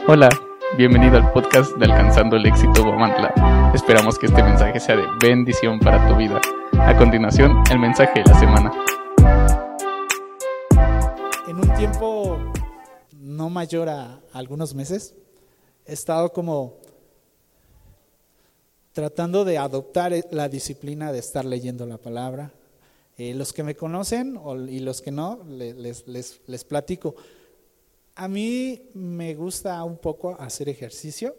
Hola, bienvenido al podcast de Alcanzando el Éxito Huamantla. Esperamos que este mensaje sea de bendición para tu vida. A continuación, el mensaje de la semana. En un tiempo no mayor a algunos meses, he estado como tratando de adoptar la disciplina de estar leyendo la palabra. Los que me conocen y los que no, les platico. A mí me gusta un poco hacer ejercicio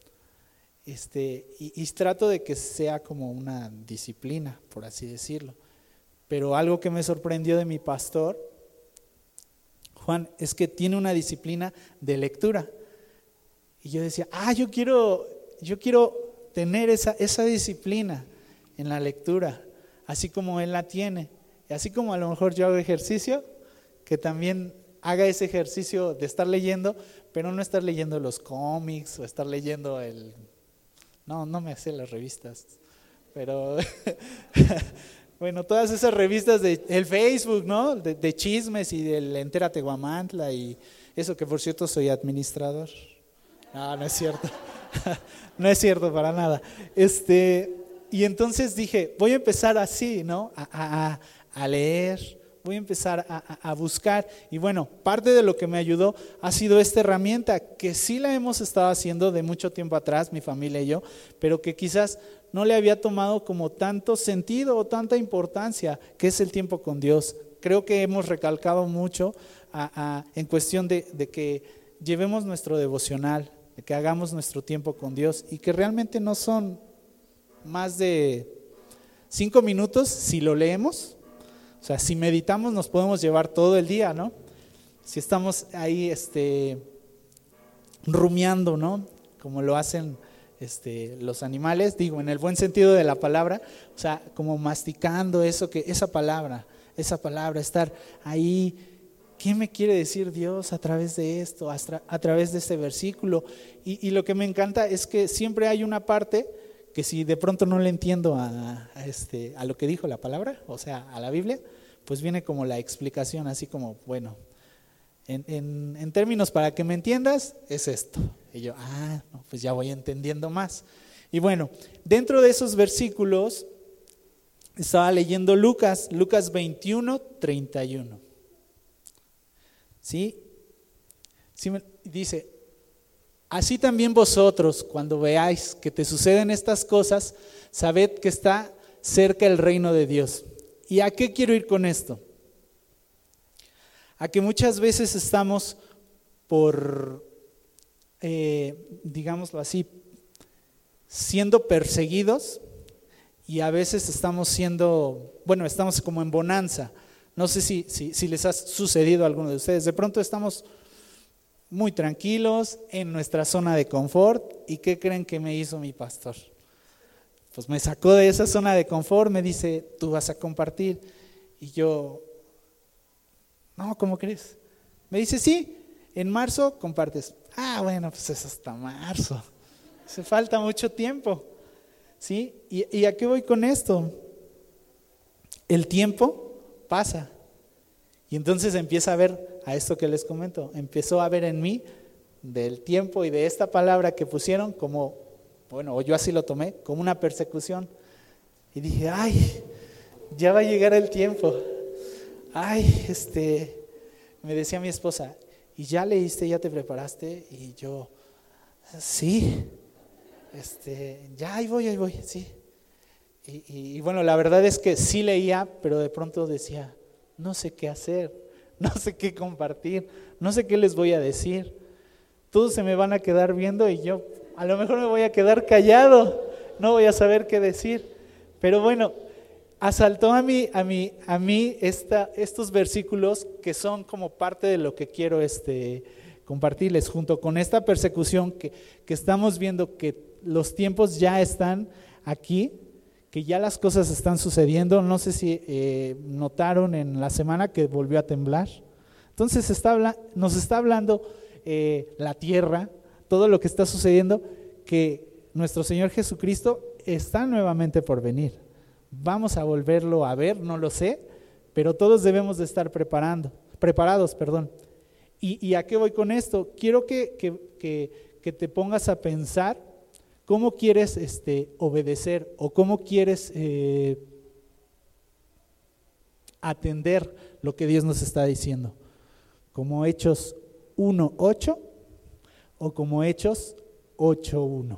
y trato de que sea como una disciplina, por así decirlo. Pero algo que me sorprendió de mi pastor, Juan, es que tiene una disciplina de lectura. Y yo decía, yo quiero tener esa disciplina en la lectura, así como él la tiene. Y así como a lo mejor yo hago ejercicio, que también haga ese ejercicio de estar leyendo, pero no estar leyendo los cómics o estar leyendo no me sé las revistas, pero bueno, todas esas revistas del Facebook, ¿no? De chismes y del Entérate Huamantla y eso, que por cierto soy administrador. No es cierto. No es cierto para nada. Y entonces dije, voy a empezar así, ¿no? A leer. Voy a empezar a buscar. Y bueno, parte de lo que me ayudó ha sido esta herramienta que sí la hemos estado haciendo de mucho tiempo atrás, mi familia y yo, pero que quizás no le había tomado como tanto sentido o tanta importancia, que es el tiempo con Dios. Creo que hemos recalcado mucho en cuestión de que llevemos nuestro devocional, de que hagamos nuestro tiempo con Dios y que realmente no son más de 5 minutos si lo leemos. O sea, si meditamos nos podemos llevar todo el día, ¿no? Si estamos ahí rumiando, ¿no? Como lo hacen los animales, digo, en el buen sentido de la palabra, o sea, como masticando esa palabra, estar ahí. ¿Qué me quiere decir Dios a través de esto, a través de este versículo? Y lo que me encanta es que siempre hay una parte que si de pronto no le entiendo a lo que dijo la palabra, o sea, a la Biblia, pues viene como la explicación, así como, bueno, en términos para que me entiendas, es esto. Y yo, no, pues ya voy entendiendo más. Y bueno, dentro de esos versículos, estaba leyendo Lucas 21:31. ¿Sí? Dice, así también vosotros, cuando veáis que te suceden estas cosas, sabed que está cerca el reino de Dios. ¿Y a qué quiero ir con esto? A que muchas veces estamos digámoslo así, siendo perseguidos y a veces estamos como en bonanza. No sé si les ha sucedido a alguno de ustedes. De pronto estamos muy tranquilos en nuestra zona de confort. ¿Y qué creen que me hizo mi pastor? Pues me sacó de esa zona de confort, me dice, tú vas a compartir. Y yo, no, ¿cómo crees? Me dice, sí, en marzo compartes. Bueno, pues es hasta marzo. Hace falta mucho tiempo. ¿Sí? ¿Y a qué voy con esto? El tiempo pasa. Y entonces empieza a ver a esto que les comento. Empezó a ver en mí del tiempo y de esta palabra que pusieron como, o yo así lo tomé, como una persecución. Y dije, ya va a llegar el tiempo. Me decía mi esposa, ¿y ya leíste, ya te preparaste? Y yo, sí, ya ahí voy, sí. Y bueno, la verdad es que sí leía, pero de pronto decía, no sé qué hacer, no sé qué compartir, no sé qué les voy a decir. Todos se me van a quedar viendo y yo a lo mejor me voy a quedar callado, no voy a saber qué decir. Pero bueno, asaltó a mí estos versículos que son como parte de lo que quiero compartirles, junto con esta persecución que estamos viendo, que los tiempos ya están aquí, que ya las cosas están sucediendo. No sé si notaron en la semana que volvió a temblar. Entonces nos está hablando la tierra, todo lo que está sucediendo, que nuestro Señor Jesucristo está nuevamente por venir. Vamos a volverlo a ver, no lo sé, pero todos debemos de estar preparados. ¿Y a qué voy con esto? Quiero que te pongas a pensar cómo quieres obedecer o cómo quieres atender lo que Dios nos está diciendo. ¿Como Hechos 1:8 o como Hechos 8:1?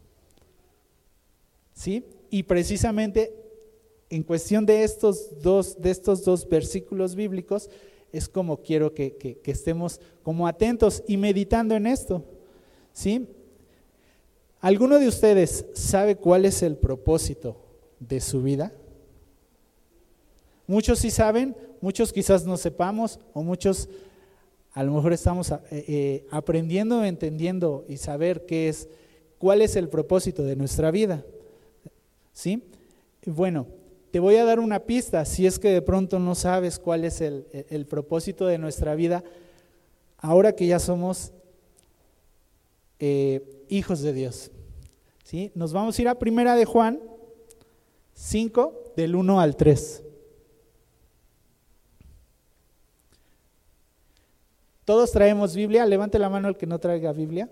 ¿Sí? Y precisamente en cuestión de estos dos versículos bíblicos es como quiero que estemos como atentos y meditando en esto. ¿Sí? ¿Alguno de ustedes sabe cuál es el propósito de su vida? Muchos sí saben, muchos quizás no sepamos, o muchos a lo mejor estamos aprendiendo, entendiendo y saber cuál es el propósito de nuestra vida. ¿Sí? Bueno, te voy a dar una pista, si es que de pronto no sabes cuál es el propósito de nuestra vida, ahora que ya somos hijos de Dios. ¿Sí? Nos vamos a ir a 1 de Juan 5, del 1 al 3. ¿Todos traemos Biblia? Levante la mano el que no traiga Biblia.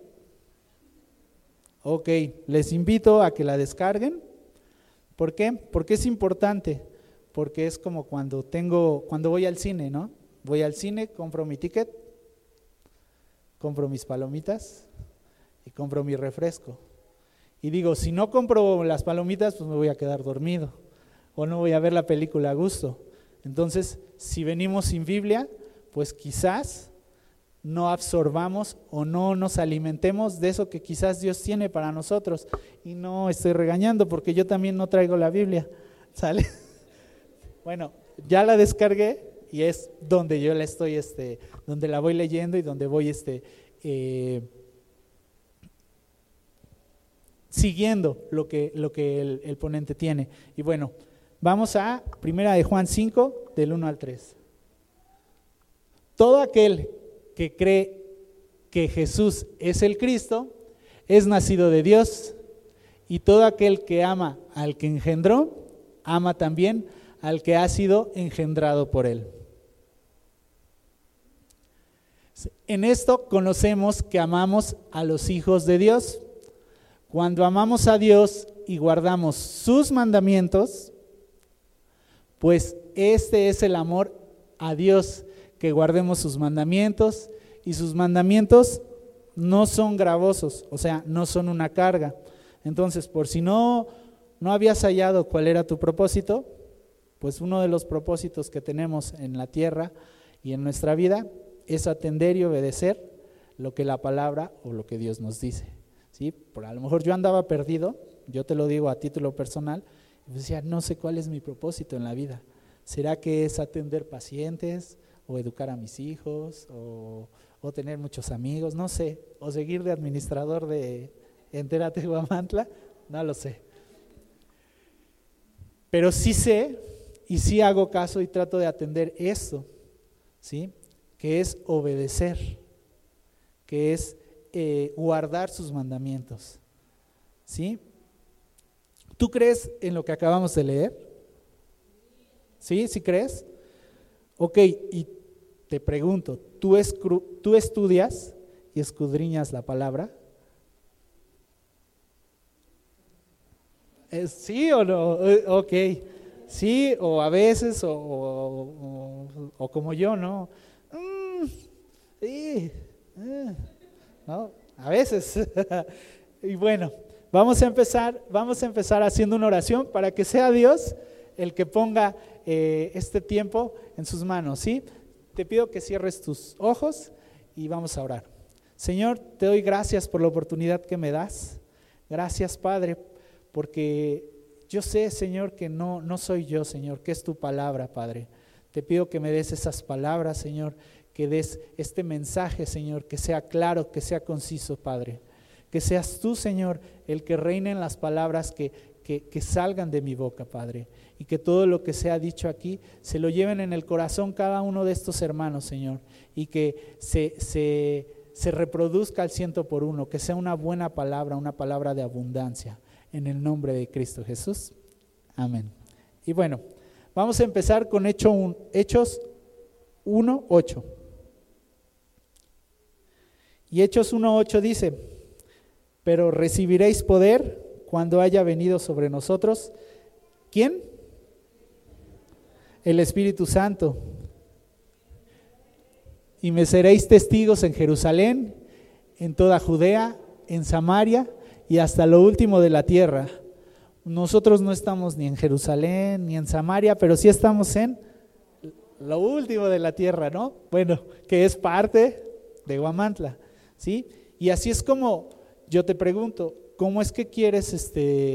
Ok, les invito a que la descarguen. ¿Por qué? Porque es importante, porque es como cuando voy al cine, ¿no? Voy al cine, compro mi ticket, compro mis palomitas y compro mi refresco. Y digo, si no compro las palomitas, pues me voy a quedar dormido o no voy a ver la película a gusto. Entonces, si venimos sin Biblia, pues quizás no absorbamos o no nos alimentemos de eso que quizás Dios tiene para nosotros. Y no estoy regañando porque yo también no traigo la Biblia, ¿sale? Bueno, ya la descargué y es donde yo la estoy, donde la voy leyendo y donde voy siguiendo lo que el ponente tiene. Y bueno, vamos a 1 de Juan 5, del 1 al 3. Todo aquel que cree que Jesús es el Cristo, es nacido de Dios, y todo aquel que ama al que engendró, ama también al que ha sido engendrado por él. En esto conocemos que amamos a los hijos de Dios, cuando amamos a Dios y guardamos sus mandamientos, pues este es el amor a Dios, que guardemos sus mandamientos, y sus mandamientos no son gravosos, o sea, no son una carga. Entonces, por si no habías hallado cuál era tu propósito, pues uno de los propósitos que tenemos en la tierra y en nuestra vida es atender y obedecer lo que la palabra o lo que Dios nos dice. ¿Sí? Por a lo mejor yo andaba perdido, yo te lo digo a título personal, y decía, no sé cuál es mi propósito en la vida. ¿Será que es atender pacientes, o educar a mis hijos, o tener muchos amigos? No sé, o seguir de administrador de Entérate Huamantla, no lo sé. Pero sí sé, y sí hago caso y trato de atender esto, ¿sí? Que es obedecer, que es guardar sus mandamientos, ¿sí? ¿Tú crees en lo que acabamos de leer? ¿Sí? ¿Sí crees? Ok, y te pregunto, ¿tú estudias y escudriñas la palabra? ¿Sí o no? Ok, sí, o a veces, o como yo, ¿no? Sí, ¿no? A veces. Y bueno, vamos a empezar haciendo una oración para que sea Dios el que ponga este tiempo en sus manos, ¿sí? Te pido que cierres tus ojos y vamos a orar. Señor, te doy gracias por la oportunidad que me das. Gracias, Padre, porque yo sé, Señor, que no soy yo, Señor, que es tu palabra, Padre. Te pido que me des esas palabras, Señor, que des este mensaje, Señor, que sea claro, que sea conciso, Padre. Que seas tú, Señor, el que reine en las palabras que salgan de mi boca, Padre, y que todo lo que sea dicho aquí se lo lleven en el corazón cada uno de estos hermanos, Señor, y que se reproduzca al 100%, que sea una buena palabra, una palabra de abundancia, en el nombre de Cristo Jesús. Amén. Y bueno, vamos a empezar con Hechos 1:8. Y Hechos 1:8 dice, pero recibiréis poder cuando haya venido sobre nosotros. ¿Quién? El Espíritu Santo. Y me seréis testigos en Jerusalén, en toda Judea, en Samaria y hasta lo último de la tierra. Nosotros no estamos ni en Jerusalén ni en Samaria, pero sí estamos en lo último de la tierra, ¿no? Bueno, que es parte de Huamantla, ¿sí? Y así es como yo te pregunto, ¿cómo es que quieres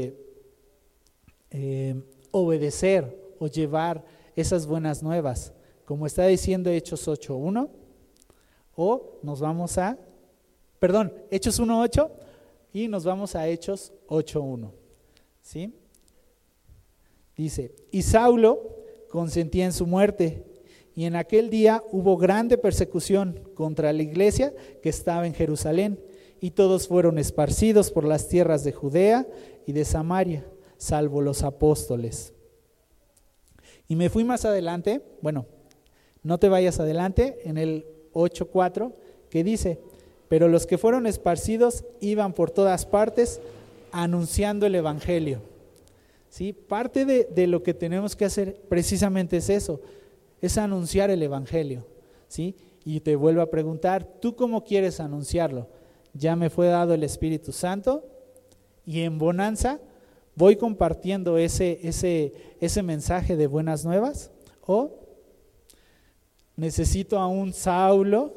obedecer o llevar esas buenas nuevas? Como está diciendo Hechos 8:1, o nos vamos a, Hechos 1:8 y nos vamos a Hechos 8:1, ¿sí? Dice, y Saulo consentía en su muerte, y en aquel día hubo grande persecución contra la iglesia que estaba en Jerusalén, y todos fueron esparcidos por las tierras de Judea y de Samaria, salvo los apóstoles. Y me fui más adelante, bueno, no te vayas adelante, en el 8:4, que dice, pero los que fueron esparcidos iban por todas partes anunciando el evangelio. ¿Sí? Parte de lo que tenemos que hacer precisamente es eso, es anunciar el evangelio, ¿sí? Y te vuelvo a preguntar, ¿tú cómo quieres anunciarlo? Ya me fue dado el Espíritu Santo y en bonanza voy compartiendo ese mensaje de buenas nuevas, o necesito a un Saulo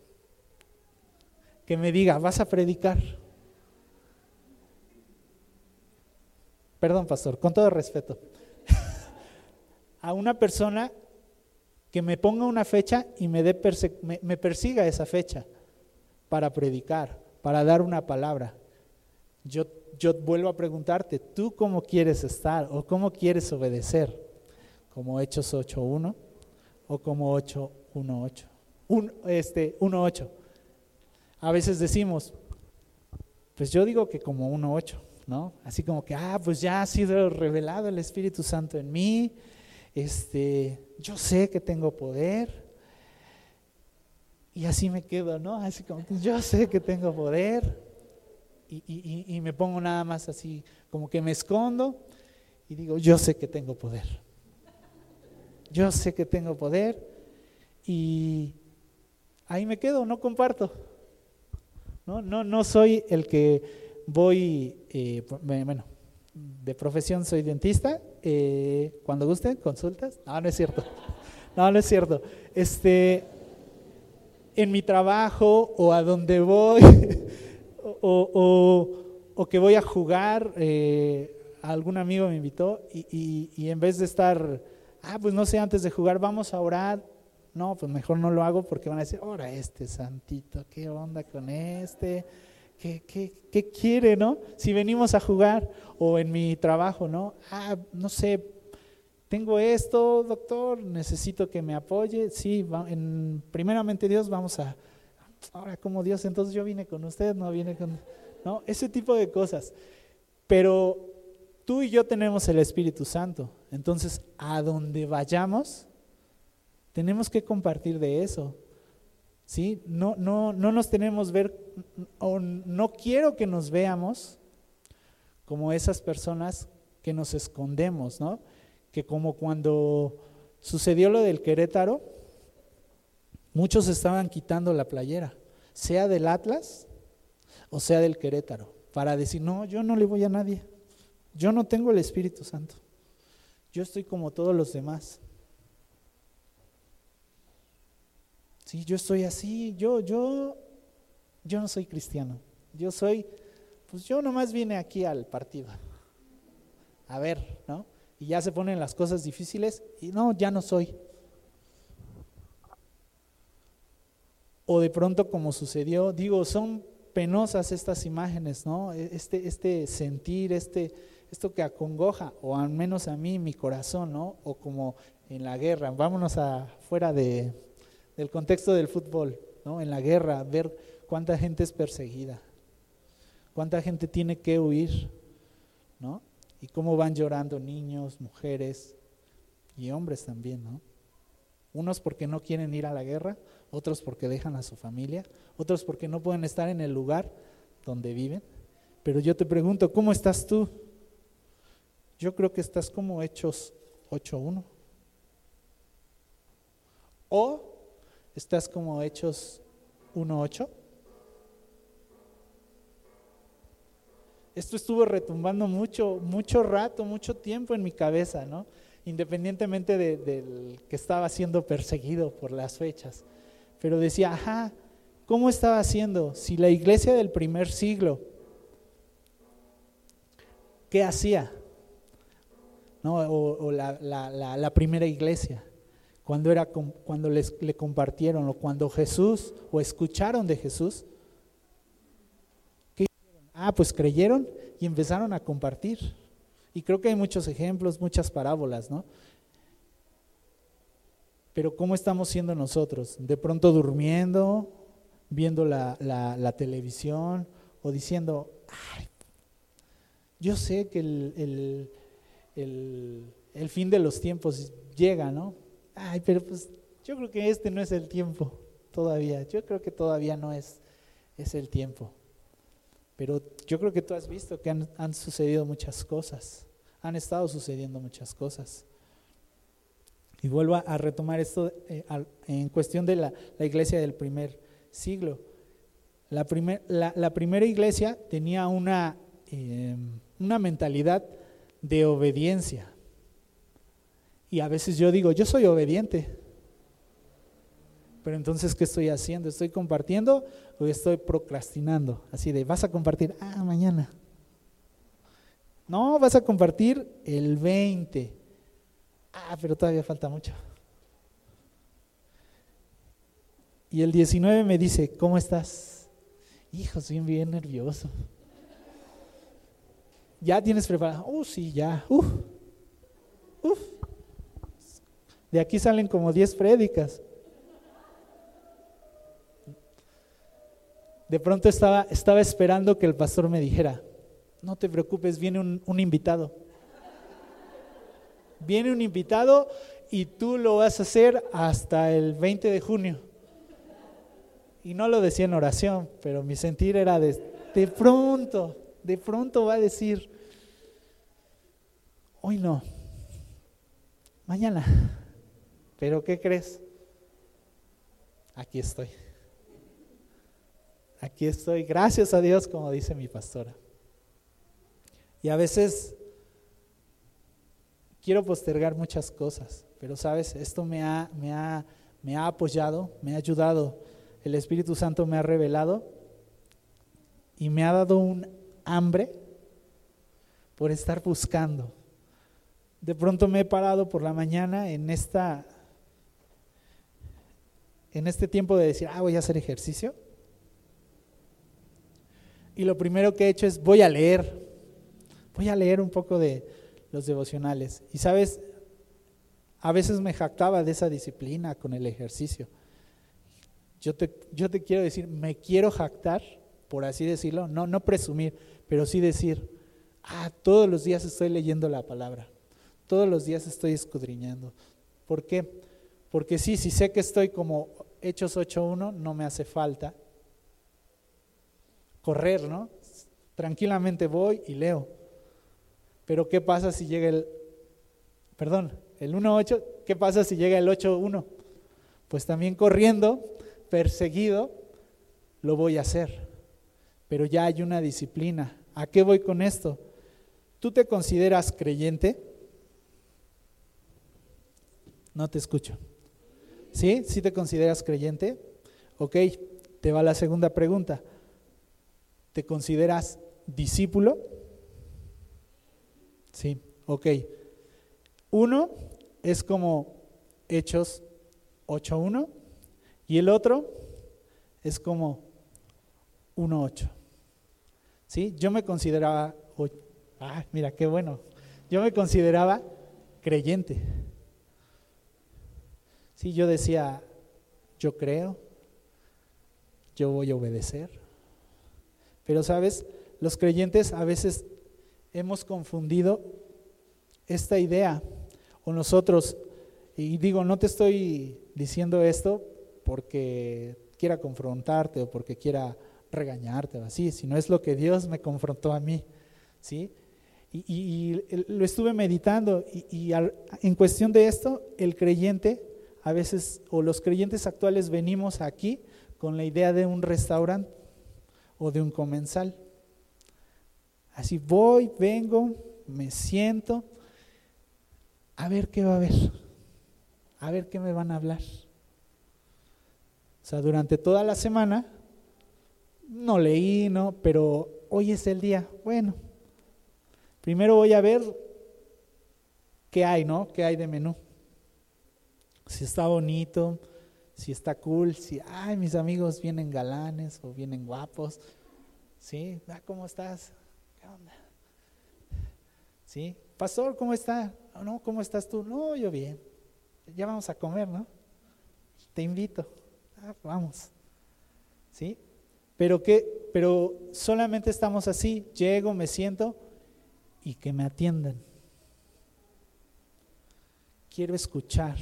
que me diga, vas a predicar. Perdón, pastor, con todo respeto. A una persona que me ponga una fecha y me persiga esa fecha para predicar, para dar una palabra. Yo vuelvo a preguntarte, ¿tú cómo quieres estar o cómo quieres obedecer? ¿Como Hechos 8:1 o como 8:1:8? 1:8. A veces decimos, pues yo digo que como 1:8, ¿no? Así como que, pues ya ha sido revelado el Espíritu Santo en mí, yo sé que tengo poder, y así me quedo, ¿no? Así como que yo sé que tengo poder, y me pongo nada más así, como que me escondo, y digo, yo sé que tengo poder. Yo sé que tengo poder, y ahí me quedo, no comparto. No soy el que voy, bueno, de profesión soy dentista, cuando gusten, consultas. No es cierto. No es cierto. En mi trabajo o a donde voy, o que voy a jugar, algún amigo me invitó y en vez de estar, pues no sé, antes de jugar vamos a orar. No, pues mejor no lo hago porque van a decir, ahora santito, ¿qué onda con ¿Qué quiere, no? Si venimos a jugar, o en mi trabajo, ¿no? No sé, tengo esto, doctor, necesito que me apoye. Sí, primeramente Dios, vamos a, ahora como Dios, entonces yo vine con usted, no vine con, ¿no? Ese tipo de cosas. Pero tú y yo tenemos el Espíritu Santo, entonces a donde vayamos, tenemos que compartir de eso, ¿sí? No nos tenemos ver, o no quiero que nos veamos como esas personas que nos escondemos, ¿no? Que como cuando sucedió lo del Querétaro, muchos estaban quitando la playera, sea del Atlas o sea del Querétaro, para decir, no, yo no le voy a nadie, yo no tengo el Espíritu Santo, yo estoy como todos los demás. Sí, yo estoy así, yo no soy cristiano, pues yo nomás vine aquí al partido, a ver, ¿no? Y ya se ponen las cosas difíciles y no, ya no soy. O de pronto como sucedió, digo, son penosas estas imágenes, ¿no? Este sentir, esto que acongoja, o al menos a mí, mi corazón, ¿no? O como en la guerra, vámonos fuera del contexto del fútbol, ¿no? En la guerra, ver cuánta gente es perseguida, cuánta gente tiene que huir, ¿no? Y cómo van llorando niños, mujeres y hombres también, ¿no? Unos porque no quieren ir a la guerra, otros porque dejan a su familia, otros porque no pueden estar en el lugar donde viven. Pero yo te pregunto, ¿cómo estás tú? Yo creo que estás como Hechos 8:1. ¿O estás como Hechos 1:8? Esto estuvo retumbando mucho rato, mucho tiempo en mi cabeza, ¿no? Independientemente del que estaba siendo perseguido por las fechas. Pero decía, ¿cómo estaba haciendo? Si la iglesia del primer siglo, ¿qué hacía? ¿No? O la primera iglesia, cuando le compartieron, o cuando Jesús, o escucharon de Jesús, ¿qué hicieron? Pues creyeron y empezaron a compartir. Y creo que hay muchos ejemplos, muchas parábolas, ¿no? Pero ¿cómo estamos siendo nosotros? De pronto durmiendo, viendo la televisión, o diciendo, yo sé que el fin de los tiempos llega, ¿no? Pero pues yo creo que este no es el tiempo todavía. Yo creo que todavía no es el tiempo. Pero yo creo que tú has visto que han sucedido muchas cosas. Han estado sucediendo muchas cosas. Y vuelvo a retomar esto en cuestión de la iglesia del primer siglo. La primera iglesia tenía una mentalidad de obediencia. Y a veces yo digo, yo soy obediente. Pero entonces, ¿qué estoy haciendo? ¿Estoy compartiendo o estoy procrastinando? Así de, ¿vas a compartir? Mañana. No, vas a compartir el 20. Pero todavía falta mucho. Y el 19 me dice, ¿cómo estás? Hijo, estoy bien nervioso. ¿Ya tienes preparado? Sí, ya. De aquí salen como 10 prédicas. De pronto estaba esperando que el pastor me dijera, no te preocupes, viene un invitado. Viene un invitado y tú lo vas a hacer hasta el 20 de junio. Y no lo decía en oración, pero mi sentir era de pronto va a decir, hoy no, mañana. ¿Pero qué crees? Aquí estoy. Aquí estoy, gracias a Dios, como dice mi pastora. Y a veces quiero postergar muchas cosas, pero sabes, esto me ha apoyado, me ha ayudado. El Espíritu Santo me ha revelado y me ha dado un hambre por estar buscando. De pronto me he parado por la mañana en este tiempo de decir, voy a hacer ejercicio. Y lo primero que he hecho es voy a leer un poco de los devocionales. Y sabes, a veces me jactaba de esa disciplina con el ejercicio. Yo te quiero decir, me quiero jactar, por así decirlo, no presumir, pero sí decir, todos los días estoy leyendo la palabra, todos los días estoy escudriñando. ¿Por qué? Porque si sé que estoy como Hechos 8:1, no me hace falta correr, ¿no? Tranquilamente voy y leo. Pero ¿qué pasa si llega el 1:8? ¿Qué pasa si llega el 8:1? Pues también corriendo, perseguido, lo voy a hacer. Pero ya hay una disciplina. ¿A qué voy con esto? ¿Tú te consideras creyente? No te escucho. ¿Sí? ¿Sí te consideras creyente? Ok, te va la segunda pregunta. ¿Te consideras discípulo? Sí, ok. Uno es como Hechos 8:1 y el otro es como 1:8. ¿Sí? Yo me consideraba, mira qué bueno, yo me consideraba creyente. Sí, yo decía, yo creo, yo voy a obedecer. Pero sabes, los creyentes a veces hemos confundido esta idea, o nosotros, y digo, no te estoy diciendo esto porque quiera confrontarte o porque quiera regañarte o así, sino es lo que Dios me confrontó a mí, ¿sí? Y lo estuve meditando en cuestión de esto, el creyente a veces, o los creyentes actuales venimos aquí con la idea de un restaurante o de un comensal. Así voy, vengo, me siento, a ver qué va a haber, a ver qué me van a hablar. O sea, durante toda la semana no leí, ¿no? Pero hoy es el día. Bueno, primero voy a ver qué hay, ¿no? ¿Qué hay de menú? Si está bonito, si está cool, si, ay, mis amigos vienen galanes o vienen guapos. ¿Sí? ¿Cómo estás? ¿Qué onda? ¿Sí? Pastor, ¿cómo está? No, ¿cómo estás tú? No, yo bien. Ya vamos a comer, ¿no? Te invito. Vamos. ¿Sí? Pero solamente estamos así, llego, me siento y que me atiendan. Quiero escuchar.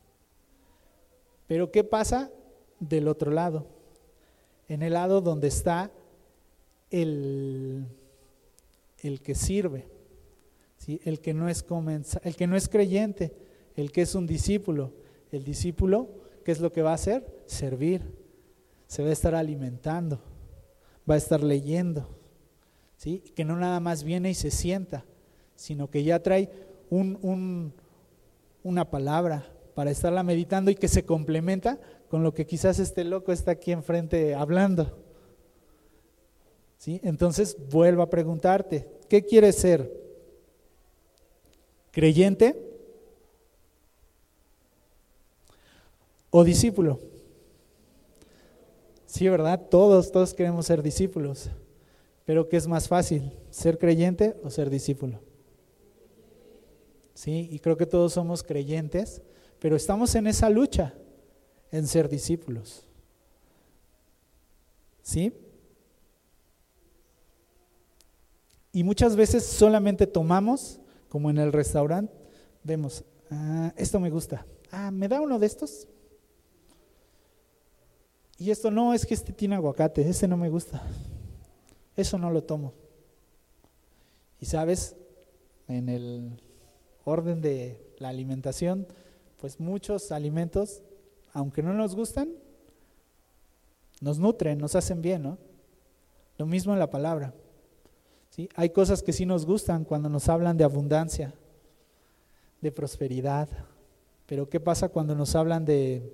Pero ¿qué pasa del otro lado? En el lado donde está el que sirve, ¿sí? El que no es creyente, el que es un discípulo. El discípulo, ¿qué es lo que va a hacer? Servir. Se va a estar alimentando, va a estar leyendo, ¿sí? Que no nada más viene y se sienta, sino que ya trae una palabra para estarla meditando y que se complementa con lo que quizás este loco está aquí enfrente hablando, ¿sí? Entonces vuelvo a preguntarte, ¿qué quieres ser? ¿Creyente o discípulo? Sí, ¿verdad? Todos queremos ser discípulos, pero ¿qué es más fácil? ¿Ser creyente o ser discípulo? Sí, y creo que todos somos creyentes, pero estamos en esa lucha en ser discípulos. ¿Sí? Y muchas veces solamente tomamos, como en el restaurante, vemos, esto me gusta, ¿me da uno de estos? Y esto no, es que este tiene aguacate, este no me gusta, eso no lo tomo. Y sabes, en el orden de la alimentación, pues muchos alimentos, aunque no nos gustan, nos nutren, nos hacen bien, ¿no? Lo mismo en la palabra, ¿sí? Hay cosas que sí nos gustan cuando nos hablan de abundancia, de prosperidad, pero ¿qué pasa cuando nos hablan de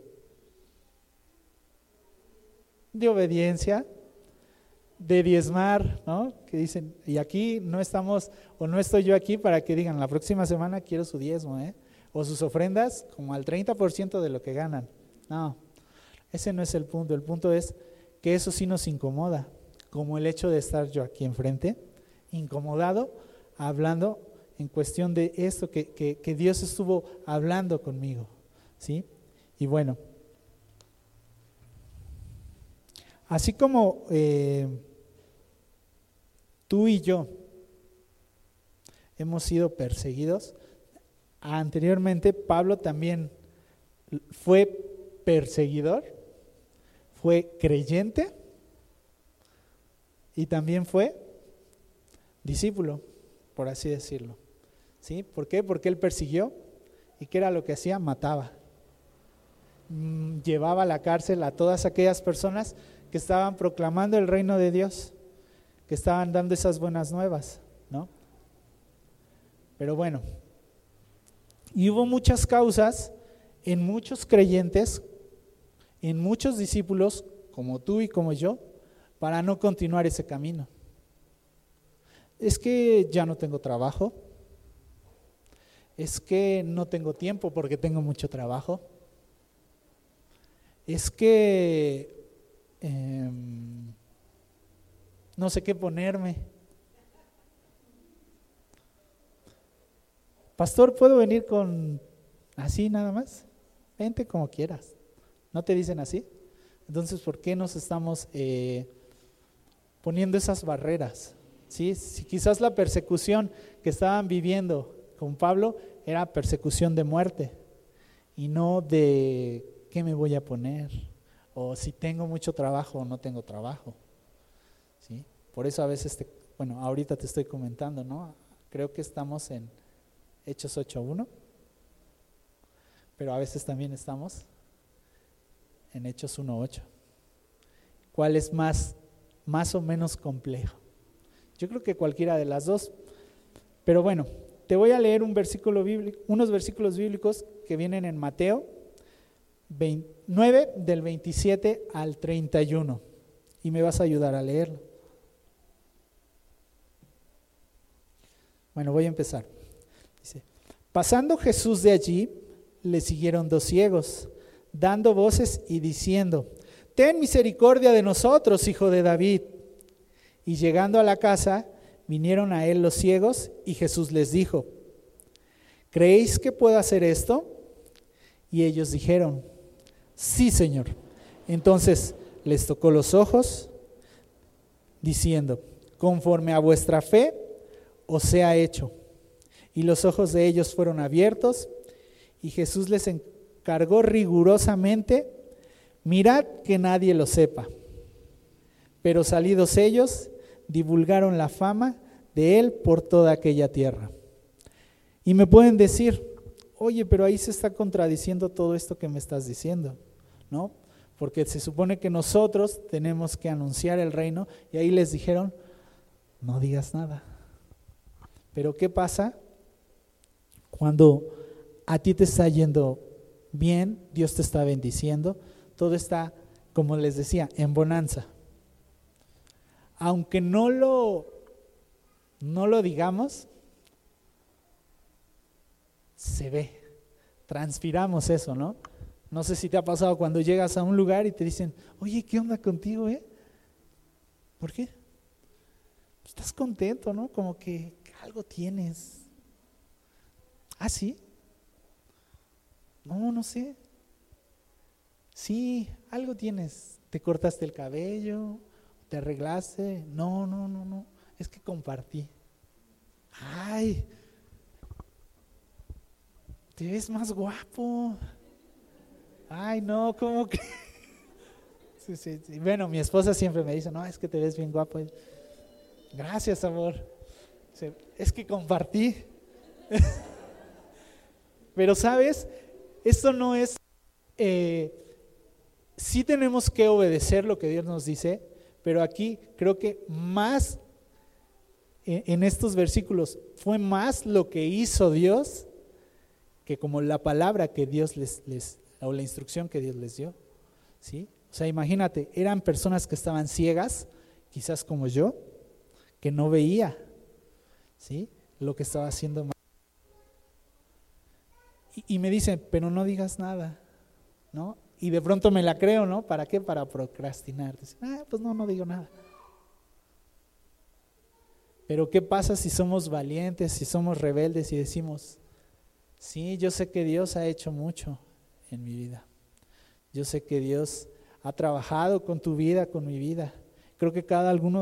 obediencia, de diezmar, ¿no? Que dicen, y aquí no estamos, o no estoy yo aquí para que digan, la próxima semana quiero su diezmo, o sus ofrendas como al 30% de lo que ganan. No, ese no es el punto es que eso sí nos incomoda, como el hecho de estar yo aquí enfrente, incomodado, hablando en cuestión de esto que Dios estuvo hablando conmigo, ¿sí? Y bueno, así como tú y yo hemos sido perseguidos, anteriormente Pablo también fue perseguidor, fue creyente y también fue discípulo, por así decirlo. ¿Sí? ¿Por qué? Porque él persiguió y ¿qué era lo que hacía? Mataba. Llevaba a la cárcel a todas aquellas personas que estaban proclamando el reino de Dios, que estaban dando esas buenas nuevas, ¿no? Pero bueno, y hubo muchas causas en muchos creyentes, en muchos discípulos, como tú y como yo, para no continuar ese camino. Es que ya no tengo trabajo, es que no tengo tiempo porque tengo mucho trabajo, es que no sé qué ponerme. Pastor, ¿puedo venir con así nada más? Vente como quieras. ¿No te dicen así? Entonces, ¿por qué nos estamos poniendo esas barreras? ¿Sí? Si quizás la persecución que estaban viviendo con Pablo era persecución de muerte y no de ¿qué me voy a poner? o si tengo mucho trabajo o no tengo trabajo, ¿sí? Por eso a veces, ahorita te estoy comentando, ¿no? Creo que estamos en Hechos 8:1, pero a veces también estamos en Hechos 1:8. ¿Cuál es más o menos complejo? Yo creo que cualquiera de las dos, pero bueno, te voy a leer unos versículos bíblicos que vienen en Mateo 9 del 27 al 31 y me vas a ayudar a leerlo. Bueno, voy a empezar. Dice: pasando Jesús de allí, le siguieron 2 ciegos, dando voces y diciendo: ten misericordia de nosotros, hijo de David. Y llegando a la casa, vinieron a él los ciegos, y Jesús les dijo: ¿creéis que puedo hacer esto? Y ellos dijeron: sí, Señor. Entonces les tocó los ojos, diciendo: conforme a vuestra fe os sea hecho. Y los ojos de ellos fueron abiertos, y Jesús les encargó rigurosamente: mirad que nadie lo sepa. Pero salidos ellos, divulgaron la fama de él por toda aquella tierra. Y me pueden decir: oye, pero ahí se está contradiciendo todo esto que me estás diciendo, ¿no? Porque se supone que nosotros tenemos que anunciar el reino, y ahí les dijeron: no digas nada. Pero ¿qué pasa cuando a ti te está yendo bien, Dios te está bendiciendo, todo está, como les decía, en bonanza? Aunque no lo digamos, se ve, transpiramos eso, ¿no? No sé si te ha pasado cuando llegas a un lugar y te dicen: oye, ¿qué onda contigo, ¿Por qué? Estás contento, ¿no? Como que algo tienes. ¿Ah, sí? No sé. Sí, algo tienes. ¿Te cortaste el cabello? ¿Te arreglaste? No. Es que compartí. Ay, te ves más guapo. Ay, no, ¿cómo que? Sí. Bueno, mi esposa siempre me dice: no, es que te ves bien guapo. Gracias, amor. Es que compartí. Pero sabes, esto no es, sí tenemos que obedecer lo que Dios nos dice, pero aquí creo que más, en estos versículos, fue más lo que hizo Dios que como la palabra que Dios o la instrucción que Dios les dio, ¿sí? O sea, imagínate, eran personas que estaban ciegas, quizás como yo, que no veía, ¿sí?, lo que estaba haciendo mal. Y me dicen: pero no digas nada, ¿no? Y de pronto me la creo, ¿no? ¿Para qué? Para procrastinar. Dicen: pues no digo nada. Pero ¿qué pasa si somos valientes, si somos rebeldes y decimos: sí, yo sé que Dios ha hecho mucho en mi vida. Yo sé que Dios ha trabajado con tu vida, con mi vida. Creo que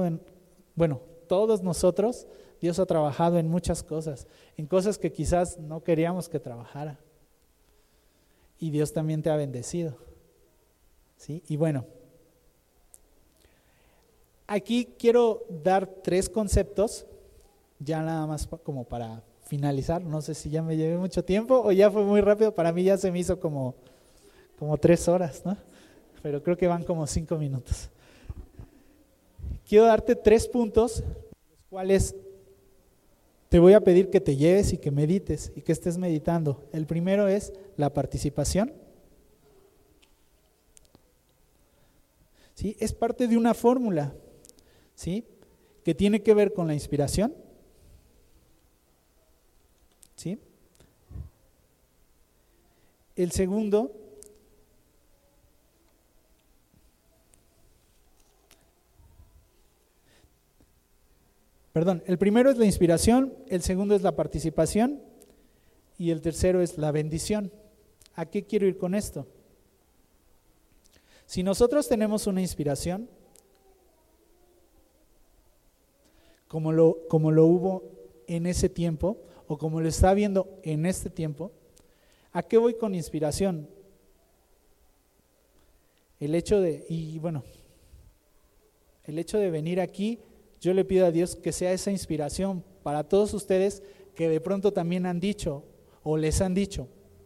todos nosotros, Dios ha trabajado en muchas cosas, en cosas que quizás no queríamos que trabajara. Y Dios también te ha bendecido, ¿sí? Y bueno, aquí quiero dar 3 conceptos, ya nada más como para finalizar. No sé si ya me llevé mucho tiempo o ya fue muy rápido. Para mí ya se me hizo como 3 horas, ¿no? Pero creo que van como 5 minutos. Quiero darte 3 puntos, los cuales te voy a pedir que te lleves y que medites y que estés meditando. El primero es la participación. ¿Sí? Es parte de una fórmula, ¿sí?, que tiene que ver con la inspiración, ¿sí? El segundo el primero es la inspiración, el segundo es la participación y el tercero es la bendición. ¿A qué quiero ir con esto? Si nosotros tenemos una inspiración, como lo hubo en ese tiempo, o como lo está viendo en este tiempo, ¿a qué voy con inspiración? el hecho de venir aquí, yo le pido a Dios que sea esa inspiración para todos ustedes que de pronto también han dicho o les han dicho,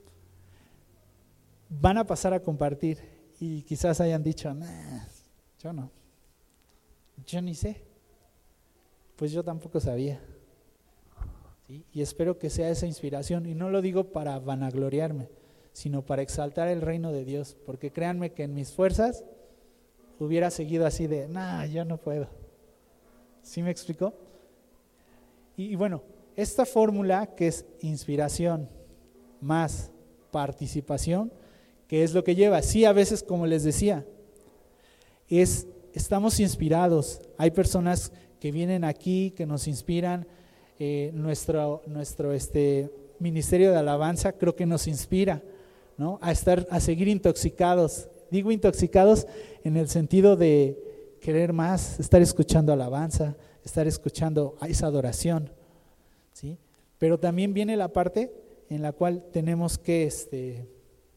van a pasar a compartir y quizás hayan dicho, nah, yo no, yo ni sé, pues yo tampoco sabía. ¿Sí? Y espero que sea esa inspiración, y no lo digo para vanagloriarme, sino para exaltar el reino de Dios, porque créanme que en mis fuerzas hubiera seguido así de, nah, yo no puedo. ¿Sí me explicó? Y bueno, esta fórmula que es inspiración más participación, que es lo que lleva, sí, a veces, como les decía, estamos inspirados, hay personas que vienen aquí, que nos inspiran, nuestro ministerio de alabanza creo que nos inspira, ¿no? A seguir intoxicados. Digo intoxicados en el sentido de querer más, estar escuchando alabanza, estar escuchando esa adoración, ¿sí? Pero también viene la parte en la cual tenemos que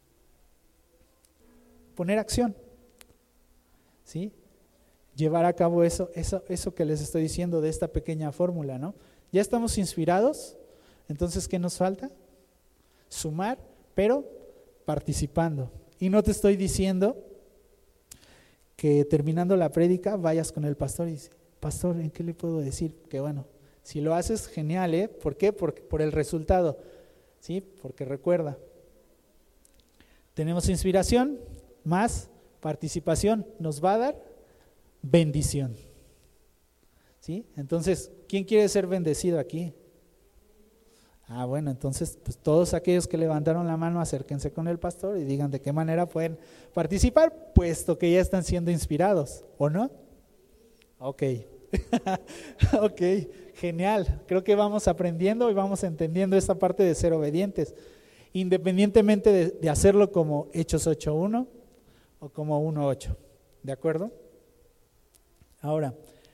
poner acción, ¿sí? Llevar a cabo eso que les estoy diciendo de esta pequeña fórmula, ¿no? Ya estamos inspirados, entonces ¿qué nos falta? Sumar, pero participando. Y no te estoy diciendo que terminando la prédica vayas con el pastor y dices, pastor, ¿en qué le puedo decir? Que bueno, si lo haces, genial, ¿eh? ¿Por qué? Por el resultado, ¿sí? Porque recuerda, tenemos inspiración más participación, nos va a dar bendición, ¿sí? Entonces, ¿quién quiere ser bendecido aquí? Bueno, entonces pues todos aquellos que levantaron la mano, acérquense con el pastor y digan de qué manera pueden participar, puesto que ya están siendo inspirados, ¿o no? Ok, ok, genial. Creo que vamos aprendiendo y vamos entendiendo esta parte de ser obedientes, independientemente de hacerlo como Hechos 8.1 o como 1.8, ¿de acuerdo? Ahora,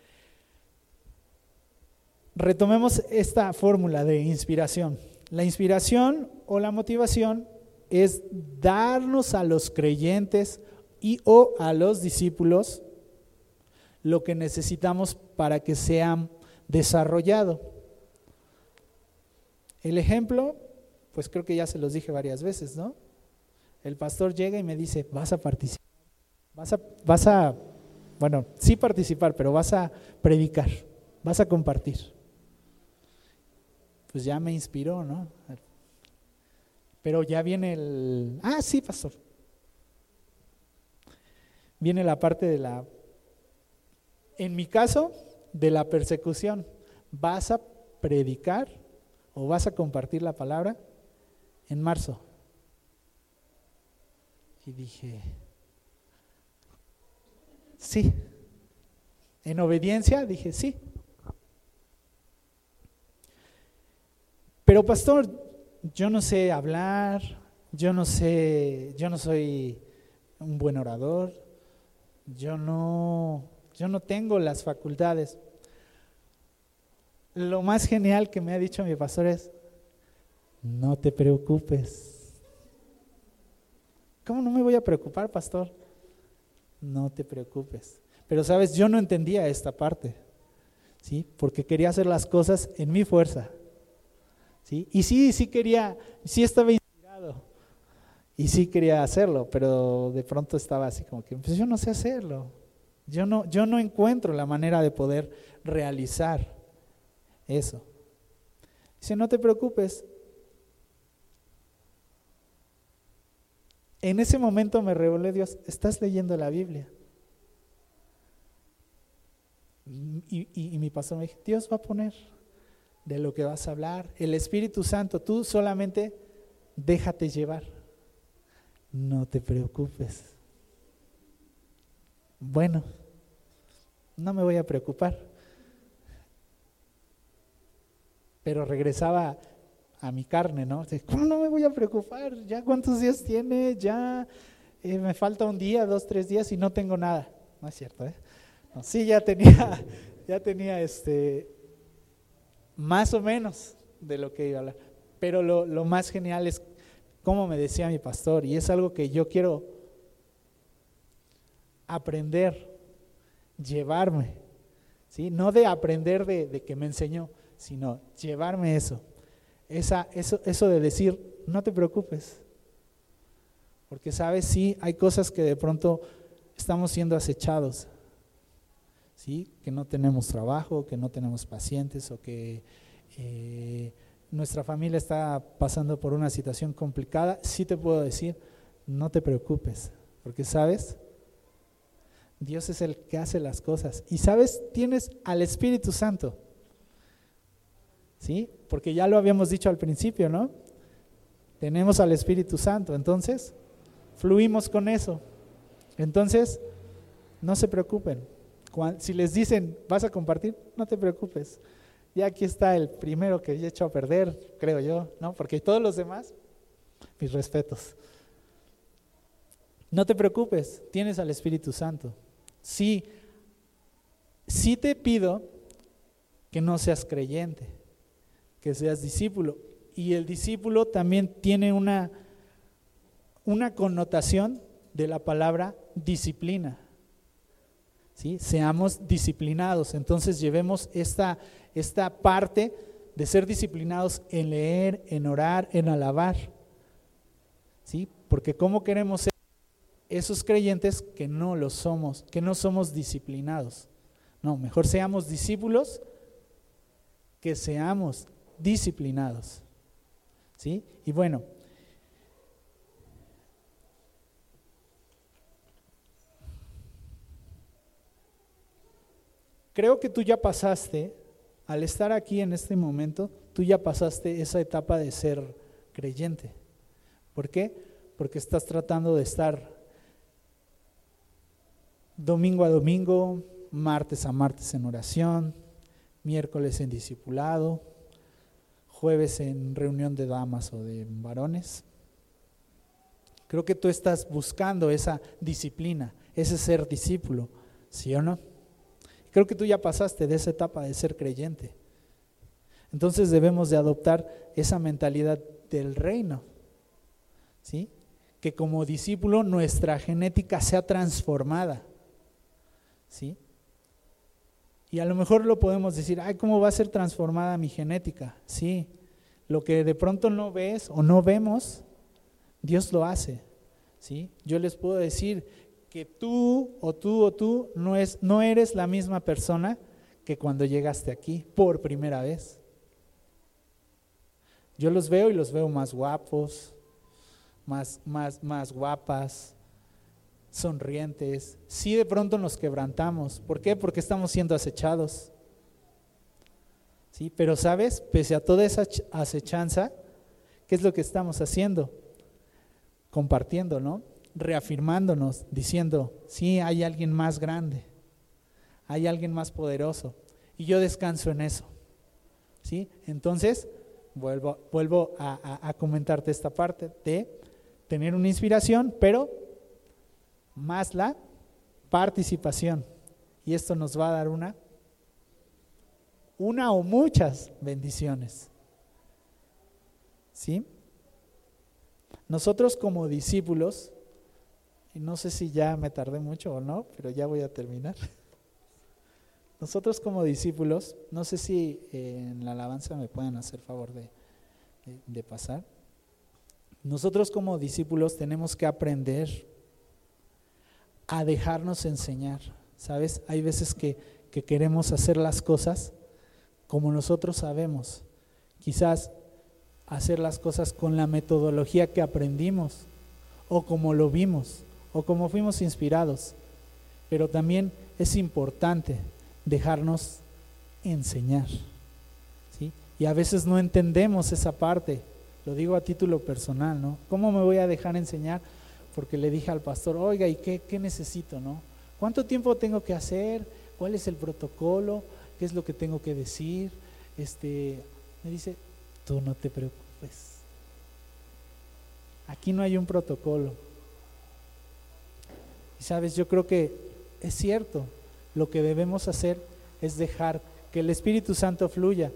retomemos esta fórmula de inspiración. La inspiración o la motivación es darnos a los creyentes o a los discípulos lo que necesitamos para que sean desarrollados. El ejemplo, pues creo que ya se los dije varias veces, ¿no? El pastor llega y me dice, vas a participar, bueno, sí participar, pero vas a predicar, vas a compartir. Pues ya me inspiró, ¿no? Pero ya viene sí, pastor. Viene la parte en mi caso, de la persecución. ¿Vas a predicar o vas a compartir la palabra? En marzo. Y dije, sí. En obediencia dije, sí. Pero pastor, yo no sé hablar, yo no soy un buen orador, yo no tengo las facultades. Lo más genial que me ha dicho mi pastor es, no te preocupes. ¿Cómo no me voy a preocupar, pastor? No te preocupes. Pero sabes, yo no entendía esta parte, ¿sí? Porque quería hacer las cosas en mi fuerza. ¿Sí? Y sí estaba inspirado y sí quería hacerlo, pero de pronto estaba así como que, pues yo no sé hacerlo, yo no encuentro la manera de poder realizar eso. Dice, no te preocupes. En ese momento me reveló Dios, estás leyendo la Biblia. Y mi pastor me dijo, Dios va a poner de lo que vas a hablar, el Espíritu Santo, tú solamente déjate llevar, no te preocupes. Bueno, no me voy a preocupar, pero regresaba a mi carne, ¿no? ¿Cómo no me voy a preocupar? ¿Ya cuántos días tiene? Ya me falta un día, 2, 3 días y no tengo nada. No es cierto, ¿eh? No, sí, ya tenía más o menos de lo que iba a hablar, pero lo más genial es como me decía mi pastor, y es algo que yo quiero aprender, llevarme, ¿sí? No de aprender de que me enseñó, sino llevarme eso. Eso de decir, no te preocupes, porque sabes, sí, hay cosas que de pronto estamos siendo acechados, ¿sí? Que no tenemos trabajo, que no tenemos pacientes, o que nuestra familia está pasando por una situación complicada. Sí te puedo decir, no te preocupes, porque sabes, Dios es el que hace las cosas, y sabes, tienes al Espíritu Santo, ¿sí? Porque ya lo habíamos dicho al principio, ¿no? Tenemos al Espíritu Santo, entonces fluimos con eso. Entonces, no se preocupen. Si les dicen, ¿vas a compartir? No te preocupes. Ya aquí está el primero que he hecho a perder, creo yo, ¿no? Porque todos los demás, mis respetos. No te preocupes, tienes al Espíritu Santo. Sí te pido que no seas creyente, que seas discípulo. Y el discípulo también tiene una connotación de la palabra disciplina, ¿sí? Seamos disciplinados. Entonces llevemos esta parte de ser disciplinados en leer, en orar, en alabar, ¿sí? Porque ¿cómo queremos ser esos creyentes que no lo somos, que no somos disciplinados? No, mejor seamos discípulos que seamos disciplinados, ¿sí? Y bueno, creo que tú ya pasaste, al estar aquí en este momento, tú ya pasaste esa etapa de ser creyente. ¿Por qué? Porque estás tratando de estar domingo a domingo, martes a martes en oración, miércoles en discipulado, jueves en reunión de damas o de varones. Creo que tú estás buscando esa disciplina, ese ser discípulo, ¿sí o no? Creo que tú ya pasaste de esa etapa de ser creyente. Entonces debemos de adoptar esa mentalidad del reino, ¿sí? Que como discípulo nuestra genética sea transformada, ¿sí? Y a lo mejor lo podemos decir, ay, ¿cómo va a ser transformada mi genética? Sí, lo que de pronto no ves o no vemos, Dios lo hace, ¿sí? Yo les puedo decir que tú no eres la misma persona que cuando llegaste aquí por primera vez. Yo los veo y los veo más guapos, más guapas, sonrientes. Sí, de pronto nos quebrantamos. ¿Por qué? Porque estamos siendo acechados. ¿Sí? Pero ¿sabes? Pese a toda esa acechanza, ¿qué es lo que estamos haciendo? Compartiendo, ¿no? Reafirmándonos, diciendo, sí, hay alguien más grande, hay alguien más poderoso, y yo descanso en eso, ¿sí? Entonces, vuelvo a comentarte esta parte de tener una inspiración, pero más la participación, y esto nos va a dar una o muchas bendiciones, ¿sí? Nosotros como discípulos, y no sé si ya me tardé mucho o no, pero ya voy a terminar. Nosotros como discípulos, no sé si en la alabanza me pueden hacer favor de pasar. Nosotros como discípulos tenemos que aprender a dejarnos enseñar, ¿sabes? Hay veces que queremos hacer las cosas como nosotros sabemos, quizás hacer las cosas con la metodología que aprendimos o como lo vimos o como fuimos inspirados, pero también es importante dejarnos enseñar, ¿sí? Y a veces no entendemos esa parte, lo digo a título personal, ¿no? ¿Cómo me voy a dejar enseñar? Porque le dije al pastor, oiga, ¿y qué necesito, no? ¿Cuánto tiempo tengo que hacer? ¿Cuál es el protocolo? ¿Qué es lo que tengo que decir? Me dice, tú no te preocupes, aquí no hay un protocolo. Y sabes, yo creo que es cierto, lo que debemos hacer es dejar que el Espíritu Santo fluya,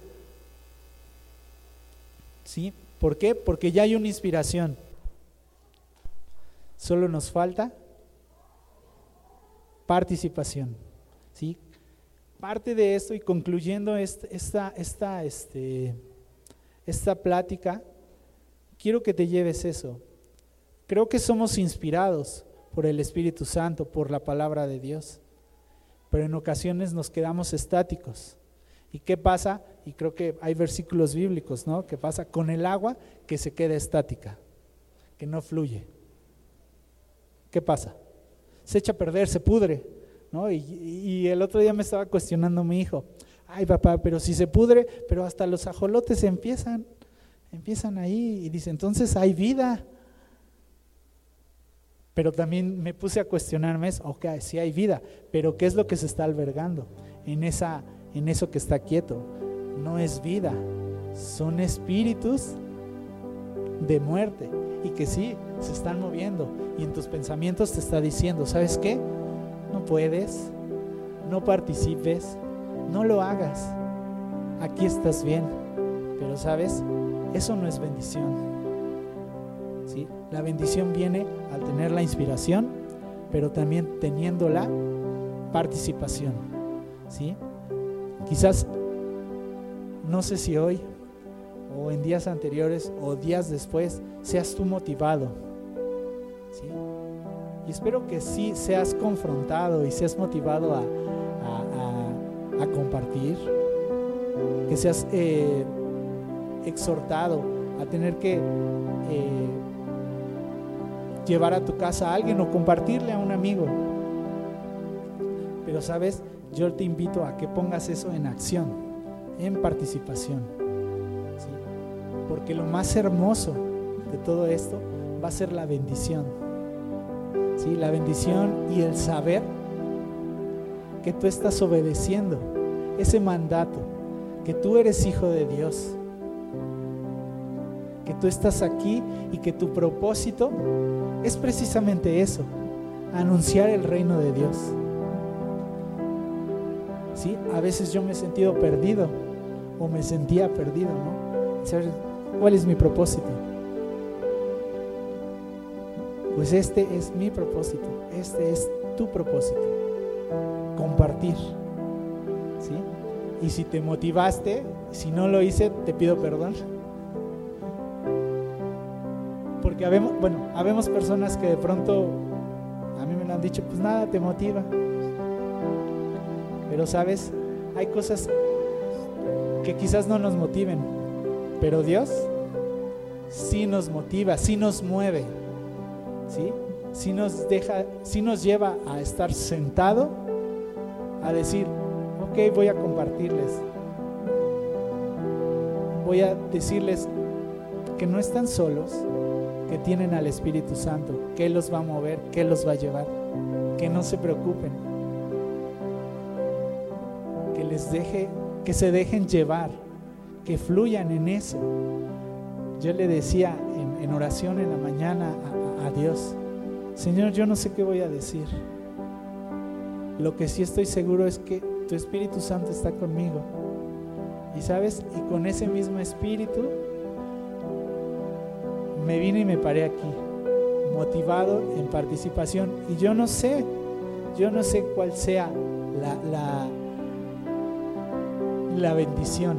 ¿sí? ¿Por qué? Porque ya hay una inspiración, solo nos falta participación, ¿sí? Parte de esto y concluyendo esta plática, quiero que te lleves eso. Creo que somos inspirados por el Espíritu Santo, por la palabra de Dios, pero en ocasiones nos quedamos estáticos. ¿Y qué pasa? Y creo que hay versículos bíblicos, ¿no? ¿Qué pasa con el agua que se queda estática, que no fluye? ¿Qué pasa? Se echa a perder, se pudre, ¿no? Y el otro día me estaba cuestionando mi hijo, ay papá, pero si se pudre, pero hasta los ajolotes empiezan ahí, y dice, entonces hay vida. Pero también me puse a cuestionarme, ok, sí hay vida, pero ¿qué es lo que se está albergando en eso que está quieto? No es vida, son espíritus de muerte y que sí, se están moviendo y en tus pensamientos te está diciendo, ¿sabes qué? No puedes, no participes, no lo hagas, aquí estás bien, pero ¿sabes? Eso no es bendición. ¿Sí? La bendición viene al tener la inspiración, pero también teniendo la participación, ¿sí? Quizás, no sé si hoy o en días anteriores o días después seas tú motivado, ¿sí? Y espero que sí seas confrontado y seas motivado a compartir, que seas exhortado a tener que llevar a tu casa a alguien o compartirle a un amigo. Pero sabes, yo te invito a que pongas eso en acción, en participación, ¿sí? Porque lo más hermoso de todo esto va a ser la bendición, ¿sí? La bendición y el saber que tú estás obedeciendo ese mandato, que tú eres hijo de Dios, que tú estás aquí y que tu propósito es precisamente eso, anunciar el reino de Dios. ¿Sí? A veces yo me he sentido perdido o me sentía perdido, ¿no? ¿Sabes cuál es mi propósito? Pues este es mi propósito, este es tu propósito, compartir, ¿sí? Y si te motivaste, si no lo hice, te pido perdón. Porque habemos personas que de pronto, a mí me lo han dicho, pues nada te motiva. Pero sabes, hay cosas que quizás no nos motiven, pero Dios sí nos motiva, sí nos mueve, ¿sí? Sí nos lleva a estar sentado, a decir, ok, voy a compartirles, voy a decirles que no están solos, que tienen al Espíritu Santo, que Él los va a mover, que Él los va a llevar, que no se preocupen, que se dejen llevar, que fluyan en eso. Yo le decía en oración en la mañana a Dios, Señor, yo no sé qué voy a decir, lo que sí estoy seguro es que tu Espíritu Santo está conmigo, y sabes, y con ese mismo Espíritu me vine y me paré aquí, motivado en participación. Y yo no sé cuál sea la bendición,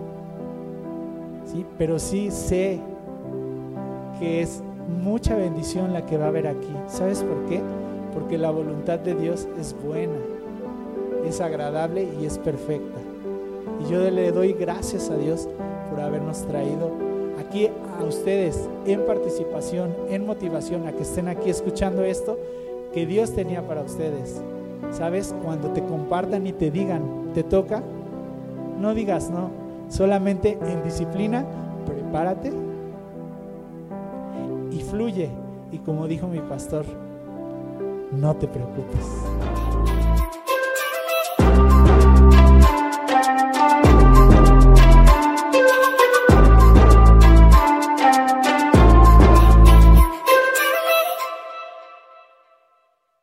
¿sí? Pero sí sé que es mucha bendición la que va a haber aquí. ¿Sabes por qué? Porque la voluntad de Dios es buena, es agradable y es perfecta. Y yo le doy gracias a Dios por habernos traído aquí a ustedes en participación, en motivación, a que estén aquí escuchando esto que Dios tenía para ustedes. ¿Sabes? Cuando te compartan y te digan, te toca, no digas no, solamente en disciplina, prepárate y fluye. Y como dijo mi pastor, no te preocupes.